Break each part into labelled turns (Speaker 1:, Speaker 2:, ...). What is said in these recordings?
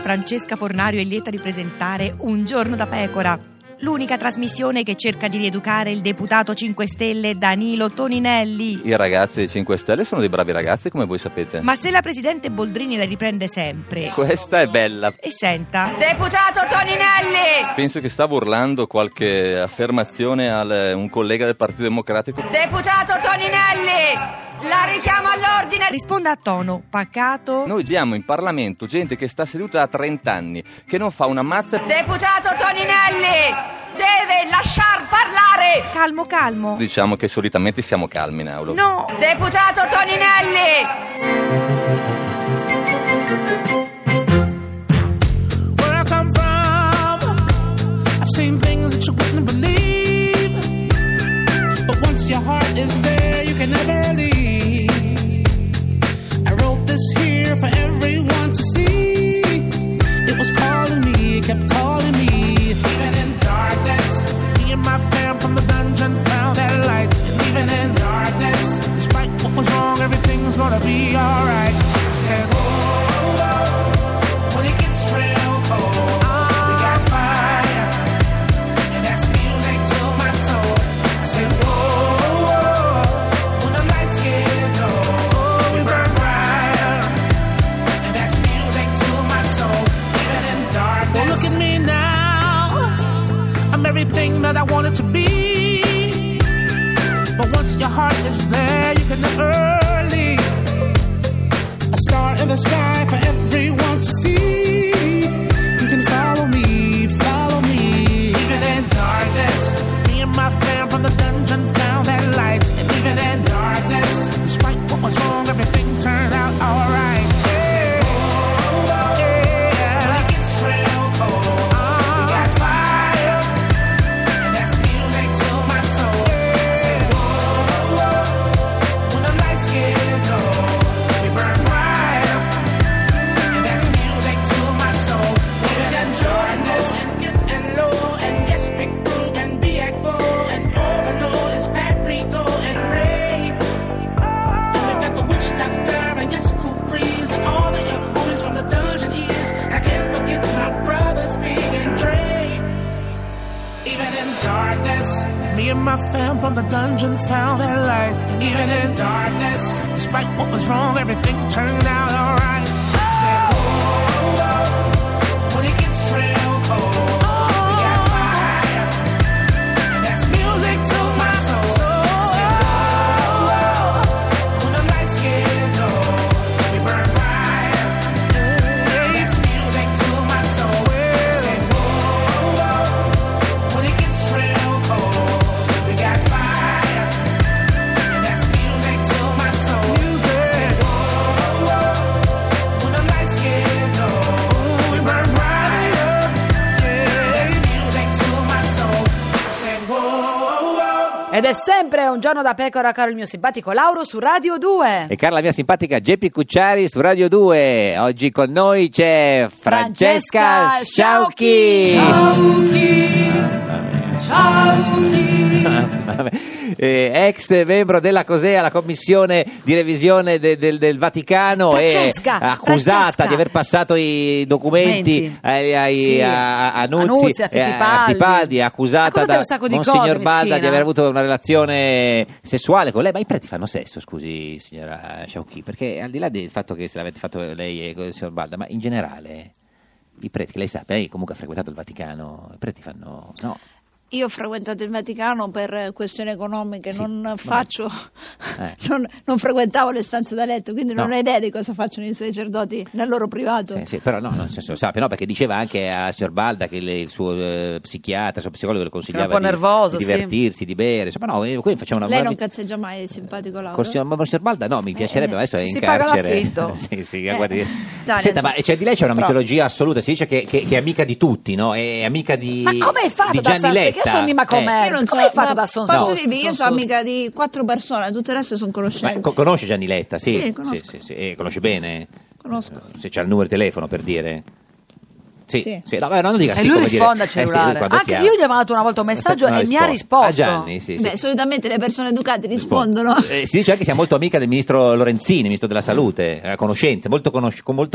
Speaker 1: Francesca Fornario è lieta di presentare Un giorno da pecora, l'unica trasmissione che cerca di rieducare il deputato 5 Stelle Danilo Toninelli.
Speaker 2: I ragazzi dei 5 Stelle sono dei bravi ragazzi, come voi sapete.
Speaker 1: Ma se la presidente Boldrini la riprende sempre.
Speaker 2: Questa è bella.
Speaker 1: E senta:
Speaker 3: Deputato Toninelli!
Speaker 2: Penso che stava urlando qualche affermazione a un collega del Partito Democratico.
Speaker 3: Deputato Toninelli! La richiamo all'ordine!
Speaker 1: risponda a tono pacato.
Speaker 2: Noi abbiamo in Parlamento gente che sta seduta da 30 anni, che non fa una mazza.
Speaker 3: Deputato Toninelli! Deve lasciar parlare!
Speaker 1: Calmo, calmo.
Speaker 2: Diciamo che solitamente siamo calmi in aula.
Speaker 1: No!
Speaker 3: Deputato Toninelli!
Speaker 4: Where I come from, I've seen things that you wouldn't believe. But once your heart is there, you can never leave. I wrote this here for everyone to see. It was calling me, it kept calling me. Even in darkness, me and my fam from the dungeon found that light. And even in darkness, despite what was wrong, everything's gonna be alright. I said, when it gets real cold, we got fire, and that's music to my soul. I said, when the lights get low, we burn brighter, and that's music to my soul. Even in darkness. Well, look at me now, I'm everything that I wanted to be. But once your heart is there, you can never leave. A star in the sky for everyone to see. You can follow me, follow me. Even in darkness, me and my fam from the dungeon found that light. And even in darkness, despite what was wrong, everything turned out alright. When it gets real cold, we got fire, and that's music to my soul. Said, when the lights get low, we burn brighter, and that's music to my soul. Even in darkness, and low, and yes, big fruit, and be full, and organo is Patrico and Ray. And we've got the witch doctor, and yes, cool breeze, and all the young homies from the dungeon years. And I can't forget my brothers, Big and Dre. Even in darkness, me and my fam from the dungeon found that light. And even in darkness, despite what was wrong, everything turned out alright. Said, when it gets real cold, we got fire, and that's music to my soul. Said, when the lights get low, we burn brighter, and that's music to my soul. Said, when it gets real cold, we got fire, and that's music to my soul. Said, when the lights get low, we burn brighter, and that's music to my soul. Said,
Speaker 5: Ed è sempre Un giorno da pecora, caro il mio simpatico Lauro su Radio 2.
Speaker 6: E cara la mia simpatica Geppi Cucciari su Radio 2. Oggi con noi c'è Francesca Sciauchi. Ex membro della COSEA, la commissione di revisione del Vaticano,
Speaker 5: Francesca,
Speaker 6: e accusata
Speaker 5: Francesca.
Speaker 6: di aver passato i documenti a Nuzzi,
Speaker 5: a
Speaker 6: Fittipaldi, è accusata da
Speaker 5: un sacco di
Speaker 6: Monsignor
Speaker 5: cose,
Speaker 6: Balda
Speaker 5: meschina.
Speaker 6: di aver avuto una relazione sessuale con lei. Ma i preti fanno sesso, scusi signora Sciauchi? Perché al di là del fatto che se l'avete fatto lei e il signor Balda, ma in generale i preti, che lei sa, lei comunque ha frequentato il Vaticano, i preti fanno... no.
Speaker 7: Io ho frequentato il Vaticano per questioni economiche,
Speaker 6: Sì,
Speaker 7: non faccio,
Speaker 6: Eh.
Speaker 7: non frequentavo le stanze da letto, quindi non
Speaker 6: No.
Speaker 7: ho idea di cosa facciano i sacerdoti nel loro privato.
Speaker 6: Sì, però no, nel senso, sa, no, perché diceva anche a signor Balda che il suo psichiatra, il suo psicologo le consigliava
Speaker 5: Era un po' nervoso,
Speaker 6: di divertirsi, di bere, insomma no, qui facciamo una...
Speaker 7: Lei non cazzeggia mai, è simpatico Lauro?
Speaker 6: Ma signor Balda no, mi piacerebbe, ma adesso è in
Speaker 5: si paga
Speaker 6: carcere.
Speaker 5: l'affitto.
Speaker 6: sì, guardi.
Speaker 7: Dai,
Speaker 6: Senta,
Speaker 7: insomma,
Speaker 6: ma cioè, di lei c'è una
Speaker 7: però-
Speaker 6: mitologia assoluta, si dice che è amica di tutti, no? È amica di
Speaker 5: Ma come hai fatto
Speaker 6: di
Speaker 5: da
Speaker 6: Gianni
Speaker 5: Che io
Speaker 6: Letta.
Speaker 5: sono di Macomer.
Speaker 7: Io non so,
Speaker 5: Come hai fatto
Speaker 7: ma
Speaker 5: da Son
Speaker 7: posso
Speaker 5: Sos?
Speaker 7: dirvi, io sono amica di 4 persone, tutte le altre sono conoscenti.
Speaker 6: Conosce Gianni Letta, sì.
Speaker 7: Sì, conosco.
Speaker 6: Sì. Conosce bene?
Speaker 7: Conosco.
Speaker 6: Se c'ha il numero di telefono, per dire. Sì. No, non dica
Speaker 5: E
Speaker 6: sì,
Speaker 5: lui
Speaker 6: come
Speaker 5: risponde
Speaker 6: dire.
Speaker 5: al cellulare.
Speaker 6: Sì, quando
Speaker 5: Anche
Speaker 6: chiama.
Speaker 5: io gli ho mandato una volta un messaggio e mi ha risposto.
Speaker 6: Ah, Gianni, sì.
Speaker 7: Beh, solitamente le persone educate rispondono.
Speaker 6: Si dice anche che sia molto amica del ministro Lorenzini, ministro della salute, conoscenza, molto con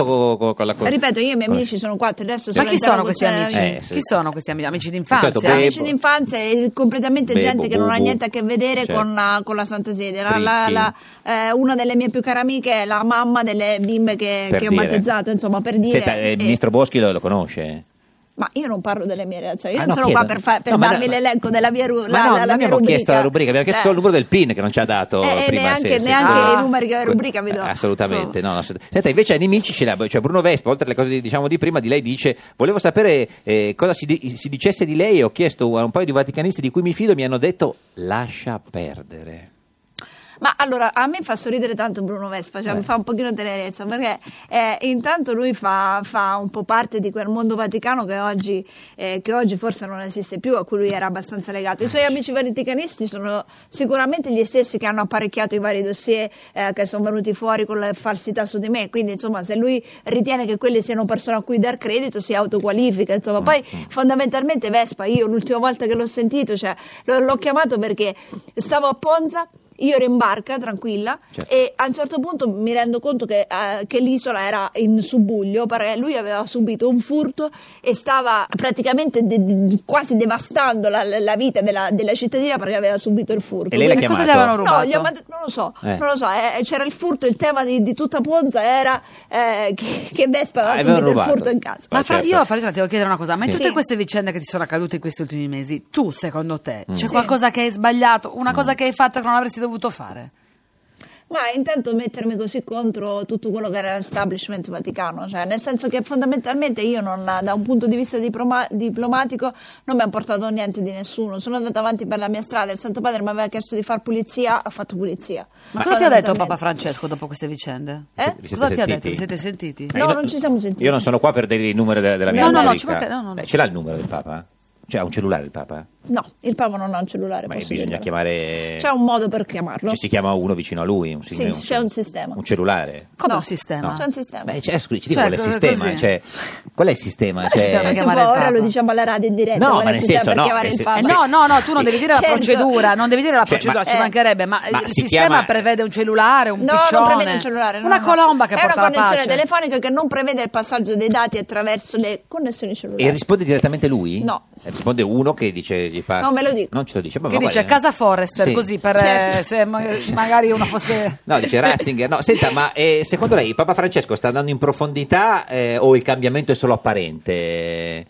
Speaker 6: la
Speaker 7: Ripeto, io e i miei amici sono 4, adesso
Speaker 5: Ma
Speaker 7: sono
Speaker 5: chi sono questi amici?
Speaker 6: Sì.
Speaker 5: Chi sono questi amici? Amici
Speaker 6: Di
Speaker 5: d'infanzia?
Speaker 6: solito Bebo.
Speaker 7: Amici d'infanzia e completamente
Speaker 6: Bebo,
Speaker 7: gente che non ha
Speaker 6: Bubu.
Speaker 7: niente a che vedere
Speaker 6: Certo.
Speaker 7: con la Santa Sede.
Speaker 6: Fricchi.
Speaker 7: Una delle mie più care amiche è la mamma delle bimbe che
Speaker 6: Per
Speaker 7: ho
Speaker 6: dire.
Speaker 7: battezzato, insomma, per dire.
Speaker 6: Senta, il ministro Boschi lo conosce?
Speaker 7: Ma io non parlo delle mie relazioni, io
Speaker 6: Ah,
Speaker 7: non
Speaker 6: no,
Speaker 7: sono
Speaker 6: chiedo.
Speaker 7: qua per
Speaker 6: No, ma
Speaker 7: darvi
Speaker 6: no,
Speaker 7: l'elenco della mia
Speaker 6: Ma no,
Speaker 7: la
Speaker 6: non
Speaker 7: mia
Speaker 6: abbiamo chiesto la rubrica, abbiamo chiesto solo il numero del PIN che non ci ha dato prima.
Speaker 7: Neanche i numeri che la rubrica vi do.
Speaker 6: Assolutamente, no. Senta, invece ai nemici cioè Bruno Vespa, oltre alle cose diciamo di prima, di lei dice: volevo sapere cosa si dicesse di lei e ho chiesto a un paio di vaticanisti di cui mi fido e mi hanno detto lascia perdere.
Speaker 7: Ma allora, a me fa sorridere tanto Bruno Vespa, cioè mi fa un pochino tenerezza, perché intanto lui fa un po' parte di quel mondo vaticano che oggi forse non esiste più, a cui lui era abbastanza legato. I suoi amici vaticanisti sono sicuramente gli stessi che hanno apparecchiato i vari dossier che sono venuti fuori con le falsità su di me, quindi insomma se lui ritiene che quelle siano persone a cui dar credito si autoqualifica, insomma. Poi fondamentalmente Vespa, io l'ultima volta che l'ho sentito, cioè l'ho chiamato perché stavo a Ponza. Io ero in barca tranquilla,
Speaker 6: certo.
Speaker 7: E a un certo punto mi rendo conto che l'isola era in subbuglio perché lui aveva subito un furto e stava praticamente quasi devastando la vita della cittadina perché aveva subito il furto.
Speaker 6: E lei l'ha
Speaker 7: Quindi-
Speaker 5: cosa
Speaker 6: chiamato?
Speaker 5: gli avevano rubato?
Speaker 7: No, non lo so, c'era il furto, il tema di tutta Ponza era che Vespa aveva
Speaker 6: avevano
Speaker 7: subito
Speaker 6: rubato.
Speaker 7: il furto in casa.
Speaker 5: Ma
Speaker 6: certo.
Speaker 5: io Farisa ti devo chiedere una cosa, ma in
Speaker 7: Sì.
Speaker 5: tutte queste vicende che ti sono accadute in questi ultimi mesi, tu secondo te c'è
Speaker 7: Sì.
Speaker 5: qualcosa che hai sbagliato, una cosa che hai fatto che non avresti dovuto fare?
Speaker 7: Ma intanto mettermi così contro tutto quello che era l'establishment vaticano, cioè nel senso che fondamentalmente io da un punto di vista diplomatico non mi ha portato niente di nessuno, sono andata avanti per la mia strada, il Santo Padre mi aveva chiesto di far pulizia, ho fatto pulizia.
Speaker 5: Ma cosa ti ha detto Papa Francesco dopo queste vicende?
Speaker 6: Vi siete
Speaker 5: Cosa ti ha
Speaker 6: sentiti?
Speaker 5: detto? Vi siete sentiti?
Speaker 7: No, non ci siamo sentiti.
Speaker 6: Io non sono qua per dire il numero della mia
Speaker 5: No,
Speaker 6: rubrica.
Speaker 5: ci manca- no.
Speaker 6: Ce l'ha il numero del Papa? Cioè ha un cellulare il Papa?
Speaker 7: No, il Papa non ha un cellulare,
Speaker 6: Ma
Speaker 7: posso
Speaker 6: bisogna
Speaker 7: dirlo.
Speaker 6: chiamare...
Speaker 7: C'è un modo per chiamarlo.
Speaker 6: Cioè, si chiama uno vicino a lui?
Speaker 7: Sì, c'è un sistema.
Speaker 6: Un cellulare?
Speaker 5: Come
Speaker 7: No,
Speaker 5: un sistema?
Speaker 7: C'è un sistema.
Speaker 6: Beh, scusi, ci dico
Speaker 5: Cioè,
Speaker 6: qual è il sistema?
Speaker 5: così.
Speaker 6: Cioè, qual è il sistema?
Speaker 5: Qual è il sistema?
Speaker 6: Cioè,
Speaker 5: chiamare il
Speaker 7: ora
Speaker 5: Papa.
Speaker 7: lo diciamo alla radio in diretta.
Speaker 6: No,
Speaker 7: qual è
Speaker 6: ma
Speaker 7: il
Speaker 6: nel
Speaker 7: sistema
Speaker 6: senso,
Speaker 7: per
Speaker 6: no,
Speaker 7: chiamare il Papa.
Speaker 5: No, tu non devi dire la
Speaker 7: Certo.
Speaker 5: procedura, non devi dire la
Speaker 6: Cioè,
Speaker 5: procedura,
Speaker 6: ma-
Speaker 5: ci mancherebbe, ma
Speaker 6: ma
Speaker 5: il
Speaker 6: si
Speaker 5: sistema
Speaker 6: chiama-
Speaker 5: prevede un cellulare, un
Speaker 7: No,
Speaker 5: piccione,
Speaker 7: non prevede un cellulare.
Speaker 5: una colomba che
Speaker 7: è
Speaker 5: porta
Speaker 7: una
Speaker 5: la
Speaker 7: connessione
Speaker 5: pace.
Speaker 7: telefonica che non prevede il passaggio dei dati attraverso le connessioni cellulari.
Speaker 6: E risponde direttamente lui?
Speaker 7: No.
Speaker 6: Risponde uno che dice gli passa.
Speaker 7: No, me lo dico.
Speaker 6: Non ce lo dice. Ma
Speaker 5: Che
Speaker 6: ma
Speaker 5: dice
Speaker 6: guarda.
Speaker 5: Casa Forrester,
Speaker 6: Sì.
Speaker 5: così per
Speaker 7: Certo.
Speaker 5: se magari uno fosse...
Speaker 6: No, dice Ratzinger. No, senta, ma secondo lei Papa Francesco sta andando in profondità o il cambiamento è solo apparente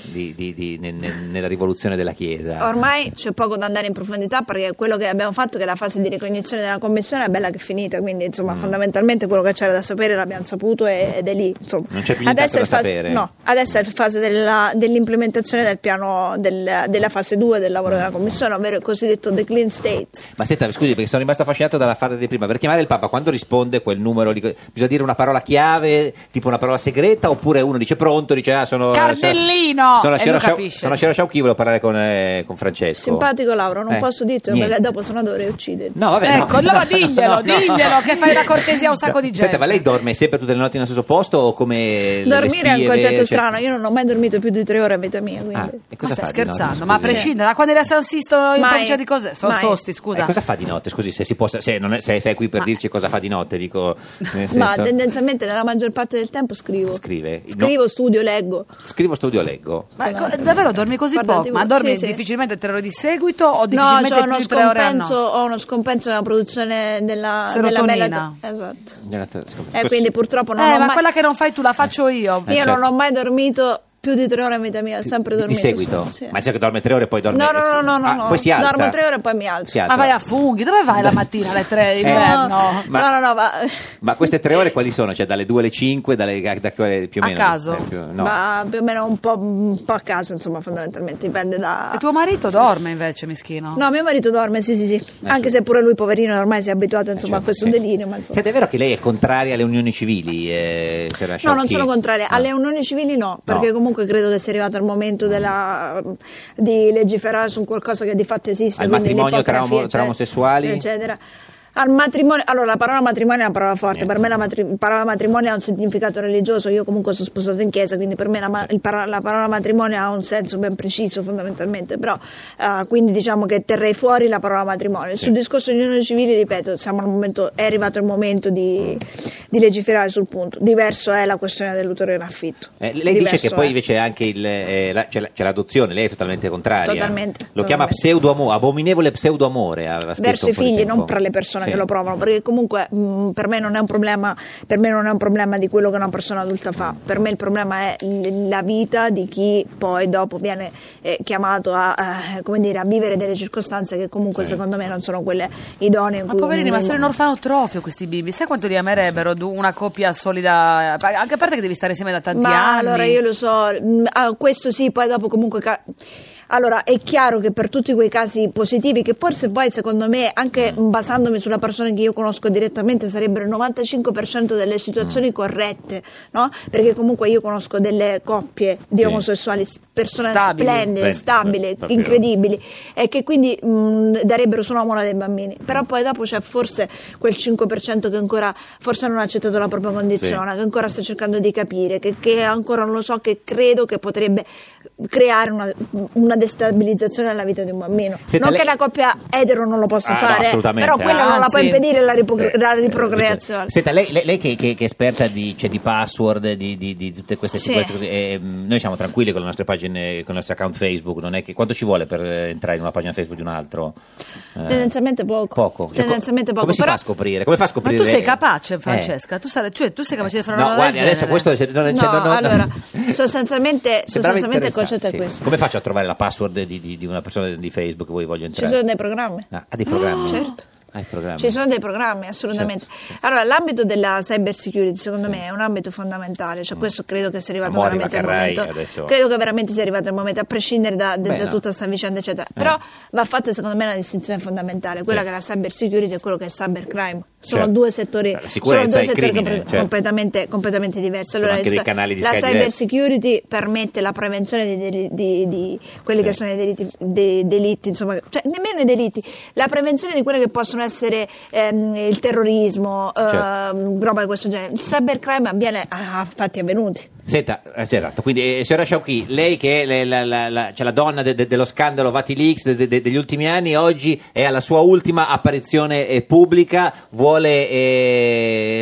Speaker 6: nella rivoluzione della Chiesa?
Speaker 7: Ormai c'è poco da andare in profondità perché quello che abbiamo fatto, che è la fase di ricognizione della commissione, è bella che è finita, quindi insomma fondamentalmente quello che c'era da sapere l'abbiamo saputo ed è lì, insomma.
Speaker 6: Non c'è più nient'altro da sapere?
Speaker 7: No, adesso è la fase dell'implementazione del piano della fase 2 del lavoro della commissione, ovvero il cosiddetto the clean state.
Speaker 6: Ma senta, scusi, perché sono rimasto affascinato dalla fase di prima. Per chiamare il Papa, quando risponde quel numero, bisogna dire una parola chiave, tipo una parola segreta, oppure uno dice pronto, dice sono...
Speaker 5: Cardellino!
Speaker 6: Sono
Speaker 5: E lui capisce.
Speaker 6: Shero Sciauchi, volevo parlare con Francesco.
Speaker 7: Simpatico Lauro, non posso dirtelo
Speaker 6: niente.
Speaker 7: perché dopo sennò dovrei ucciderti.
Speaker 6: No, vabbè,
Speaker 5: Ecco,
Speaker 6: no.
Speaker 5: allora diglielo,
Speaker 6: No,
Speaker 5: diglielo, che fai la cortesia a un sacco di gente.
Speaker 6: Senta, ma lei dorme sempre tutte le notti nello stesso posto o come le
Speaker 7: Dormire è un
Speaker 6: spie,
Speaker 7: concetto
Speaker 6: cioè-
Speaker 7: strano, io non ho mai dormito più di 3 ore a vita mia, quindi...
Speaker 6: Ah, e
Speaker 5: Ma
Speaker 6: cosa
Speaker 5: stai
Speaker 6: fa di notte,
Speaker 5: scherzando?
Speaker 6: scusi?
Speaker 5: Ma a prescindere, da quando eri a San Sisto in
Speaker 7: Mai.
Speaker 5: provincia di cos'è? Sosti, scusa.
Speaker 6: Cosa fa di notte? Scusi, se si può, se sei qui per dirci cosa fa di notte, dico nel
Speaker 7: Ma
Speaker 6: senso,
Speaker 7: tendenzialmente nella maggior parte del tempo scrivo.
Speaker 6: scrive.
Speaker 7: Scrivo, studio, leggo.
Speaker 6: Scrivo, studio, leggo.
Speaker 5: Ma davvero dormi così
Speaker 7: Guarda,
Speaker 5: poco?
Speaker 7: TV,
Speaker 5: Ma dormi
Speaker 7: sì.
Speaker 5: difficilmente 3 ore di seguito o
Speaker 7: No,
Speaker 5: difficilmente
Speaker 7: c'ho
Speaker 5: più
Speaker 7: uno
Speaker 5: di 3 ore al
Speaker 7: scompenso, ho uno scompenso nella produzione della
Speaker 5: Serotonina.
Speaker 7: Esatto. Quindi purtroppo non ho
Speaker 5: ma
Speaker 7: mai...
Speaker 5: quella che non fai tu la faccio io.
Speaker 7: Io
Speaker 6: certo.
Speaker 7: non ho mai dormito più di 3 ore a vita mia, ho sempre
Speaker 6: Di
Speaker 7: dormito.
Speaker 6: seguito?
Speaker 7: Sì.
Speaker 6: Ma sai che dorme 3 ore e poi dorme...
Speaker 7: No,
Speaker 6: Poi si alza?
Speaker 7: dormo 3 ore e poi mi alzo.
Speaker 6: Si alza.
Speaker 5: Ma vai a funghi, dove vai la mattina alle 3 d'inverno?
Speaker 6: Ma-
Speaker 7: va.
Speaker 6: Ma queste 3 ore quali sono? Cioè dalle 2 alle 5, da che ore più o
Speaker 5: A
Speaker 6: meno?
Speaker 5: caso?
Speaker 6: No.
Speaker 7: Ma più o meno un po' a caso, insomma, fondamentalmente dipende da...
Speaker 5: E tuo marito dorme invece, mischino?
Speaker 7: No, mio marito dorme, sì. Anche se pure lui, poverino, ormai si è abituato insomma, a questo
Speaker 6: sì.
Speaker 7: delirio. Ma insomma.
Speaker 6: Senta, è vero che lei è contraria alle unioni civili?
Speaker 7: No, non sono contraria.
Speaker 6: No.
Speaker 7: Alle unioni civili no, perché comunque credo che sia arrivato il momento di legiferare su qualcosa che di fatto esiste.
Speaker 6: Al
Speaker 7: quindi
Speaker 6: matrimonio
Speaker 7: l'ipocrisia,
Speaker 6: tra omosessuali?
Speaker 7: eccetera. Al matrimonio, allora la parola matrimonio è una parola forte, per me la parola matrimonio ha un significato religioso, io comunque sono sposato in chiesa, quindi per me la parola matrimonio ha un senso ben preciso fondamentalmente, però quindi diciamo che terrei fuori la parola matrimonio. Sul discorso di unioni civili, ripeto, è arrivato il momento di legiferare sul punto. Diverso è la questione dell'utero in affitto.
Speaker 6: Lei dice che poi invece anche c'è l'adozione, lei è totalmente contraria.
Speaker 7: Totalmente.
Speaker 6: Lo chiama pseudoamore, abominevole pseudoamore.
Speaker 7: Verso i figli, non per le persone che lo provano, perché comunque per me non è un problema di quello che una persona adulta fa. Per me il problema è la vita di chi poi dopo viene chiamato a vivere delle circostanze che comunque secondo me non sono quelle idonee.
Speaker 5: Ma poverini, ma sono in orfanotrofio questi bimbi, sai quanto li amerebbero una coppia solida, anche a parte che devi stare insieme da tanti anni.
Speaker 7: Allora io lo so, questo sì, poi dopo comunque allora è chiaro che per tutti quei casi positivi, che forse poi secondo me, anche basandomi sulla persona che io conosco direttamente, sarebbero il 95% delle situazioni corrette, no? Perché comunque io conosco delle coppie di omosessuali, persone splendide, stabili, incredibili, e che quindi darebbero solo amore dei bambini. Però poi dopo c'è forse quel 5% che ancora forse non ha accettato la propria condizione, che ancora sta cercando di capire, che ancora non lo so, che credo che potrebbe creare una destabilizzazione nella vita di un bambino.
Speaker 6: Senta,
Speaker 7: non che la coppia etero non lo possa fare,
Speaker 6: assolutamente.
Speaker 7: però quello non la può impedire la riprocreazione.
Speaker 6: Senta, lei che è esperta di password, di tutte queste sicurezze così, noi siamo tranquilli con le nostre pagine, con il nostro account Facebook, non è che quanto ci vuole per entrare in una pagina Facebook di un altro?
Speaker 7: Tendenzialmente poco. Tendenzialmente poco.
Speaker 6: Come si fa a scoprire? Come fa a scoprire?
Speaker 5: Ma tu sei capace, Francesca? Tu sei capace di fare una roba
Speaker 6: guardi,
Speaker 5: del
Speaker 6: adesso
Speaker 5: genere?
Speaker 6: questo
Speaker 7: allora, sostanzialmente il concetto è questo.
Speaker 6: Come faccio a trovare la password di una persona di Facebook che voi voglio entrare?
Speaker 7: Ci sono dei programmi.
Speaker 6: Dei programmi?
Speaker 7: Certo.
Speaker 6: Programmi.
Speaker 7: Ci sono dei programmi, assolutamente.
Speaker 6: Certo.
Speaker 7: Allora, l'ambito della cyber security secondo me è un ambito fondamentale, cioè questo credo che sia arrivato veramente al momento. Credo che veramente sia arrivato il momento, a prescindere da tutta questa vicenda, eccetera. Però va fatta secondo me una distinzione fondamentale, quella che è la cyber security e quello che è cyber crime. Sono due settori, completamente diversi. Allora, la cyber security permette la prevenzione di quelli che sono i delitti, insomma, cioè nemmeno i delitti, la prevenzione di quelle che possono essere il terrorismo, roba di questo genere. Il cybercrime avviene a fatti avvenuti.
Speaker 6: Senta, esatto, quindi signora Sciauchi, lei che è la donna dello scandalo Vatilix degli ultimi anni, oggi è alla sua ultima apparizione pubblica, vuole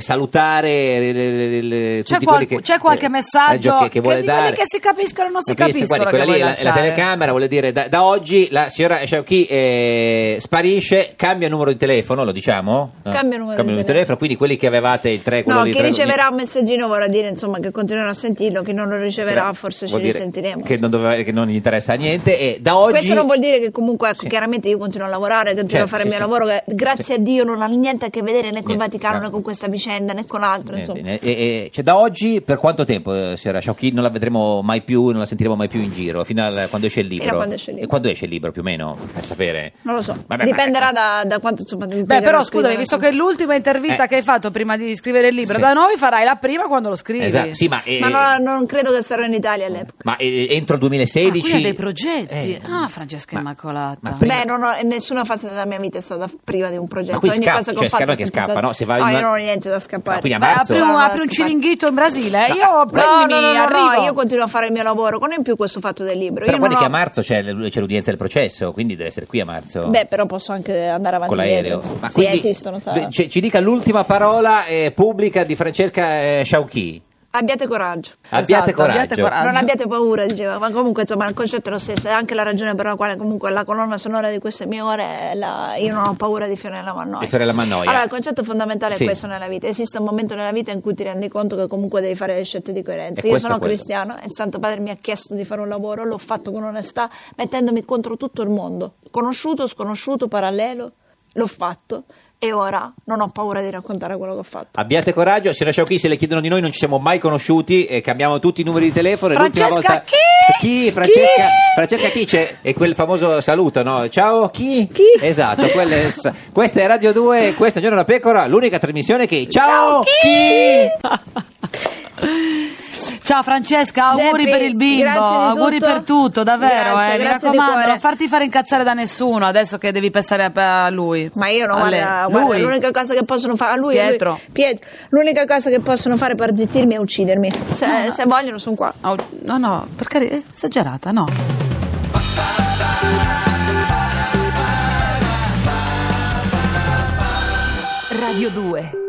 Speaker 6: salutare tutti quelli che
Speaker 5: c'è qualche messaggio
Speaker 6: che vuole dare,
Speaker 5: che si capiscono o non si capiscono.
Speaker 6: Quella lì è la telecamera, vuole dire da oggi la signora Sciauchi sparisce, cambia numero di telefono, lo diciamo? No?
Speaker 7: Cambia numero di telefono,
Speaker 6: quindi quelli che avevate il 3, quello
Speaker 7: no,
Speaker 6: lì,
Speaker 7: chi
Speaker 6: 3,
Speaker 7: riceverà un messaggino vorrà dire insomma che continuerà a sentirlo, chi non lo riceverà forse ci risentiremo.
Speaker 6: Che non gli interessa niente, e da oggi...
Speaker 7: Questo non vuol dire che comunque chiaramente io continuo a lavorare, continuo a fare il mio lavoro, che grazie a Dio non ha niente a che vedere né con il Vaticano né con questa vicenda né con altro, insomma.
Speaker 6: Cioè, da oggi per quanto tempo, signora Sciauchi, non la vedremo mai più, non la sentiremo mai più in giro, fino a quando esce il libro? E quando esce il libro più o meno, per sapere?
Speaker 7: Non lo so, dipenderà da quanto insomma.
Speaker 5: Però scusami, visto che l'ultima intervista che hai fatto prima di scrivere il libro da noi, farai la prima quando lo scrivi.
Speaker 6: Esatto, sì, ma
Speaker 7: non credo che sarò in Italia all'epoca.
Speaker 6: Ma entro il 2016?
Speaker 5: Quindi hai dei progetti? Francesca Immacolata.
Speaker 7: In nessuna fase della mia vita è stata priva di un progetto.
Speaker 6: Ma
Speaker 7: ogni cosa che ho fatto
Speaker 6: che scappa, no? Se
Speaker 7: io non ho niente da scappare.
Speaker 6: Quindi a marzo
Speaker 5: apri un ciringhito in Brasile?
Speaker 7: No, io continuo a fare il mio lavoro, con in più questo fatto del libro.
Speaker 6: Però guardi che a marzo c'è l'udienza del processo, quindi deve essere qui a marzo.
Speaker 7: Però posso anche andare avanti
Speaker 6: con l'aereo.
Speaker 7: Ma sì, esistono,
Speaker 6: ci dica l'ultima parola pubblica di Francesca Sciauchi.
Speaker 7: Abbiate coraggio.
Speaker 6: Abbiate coraggio.
Speaker 7: Non abbiate paura, diceva, ma comunque insomma il concetto è lo stesso, è anche la ragione per la quale comunque la colonna sonora di queste mie ore è io non ho paura di Fiorella Mannoia. Allora il concetto fondamentale è questo nella vita: esiste un momento nella vita in cui ti rendi conto che comunque devi fare le scelte di coerenza. Io sono cristiano e il Santo Padre mi ha chiesto di fare un lavoro, l'ho fatto con onestà, mettendomi contro tutto il mondo, conosciuto, sconosciuto, parallelo, l'ho fatto. E ora non ho paura di raccontare quello che ho fatto.
Speaker 6: Abbiate coraggio, signora Sciauchi, se le chiedono di noi non ci siamo mai conosciuti, cambiamo tutti i numeri di telefono.
Speaker 5: Francesca
Speaker 6: l'ultima volta...
Speaker 5: chi?
Speaker 6: Francesca chi c'è? E quel famoso saluto, no? Ciao chi? Esatto, questa è Radio 2, questa è Un Giorno da Pecora, l'unica trasmissione che... Ciao chi?
Speaker 5: Ciao Ciao Francesca, auguri
Speaker 7: Geppi,
Speaker 5: per il bimbo,
Speaker 7: grazie di
Speaker 5: auguri
Speaker 7: tutto.
Speaker 5: per tutto, davvero,
Speaker 7: Grazie,
Speaker 5: mi
Speaker 7: grazie di
Speaker 5: raccomando,
Speaker 7: cuore.
Speaker 5: non farti fare incazzare da nessuno adesso che devi pensare a lui.
Speaker 7: Ma io no,
Speaker 5: A lei.
Speaker 7: guarda,
Speaker 5: Lui.
Speaker 7: l'unica cosa che possono fare a lui,
Speaker 5: Pietro.
Speaker 7: Pietro, l'unica cosa che possono fare per zittirmi è uccidermi. Se vogliono sono qua.
Speaker 5: Oh, no, per carità, esagerata, no.
Speaker 1: Radio 2.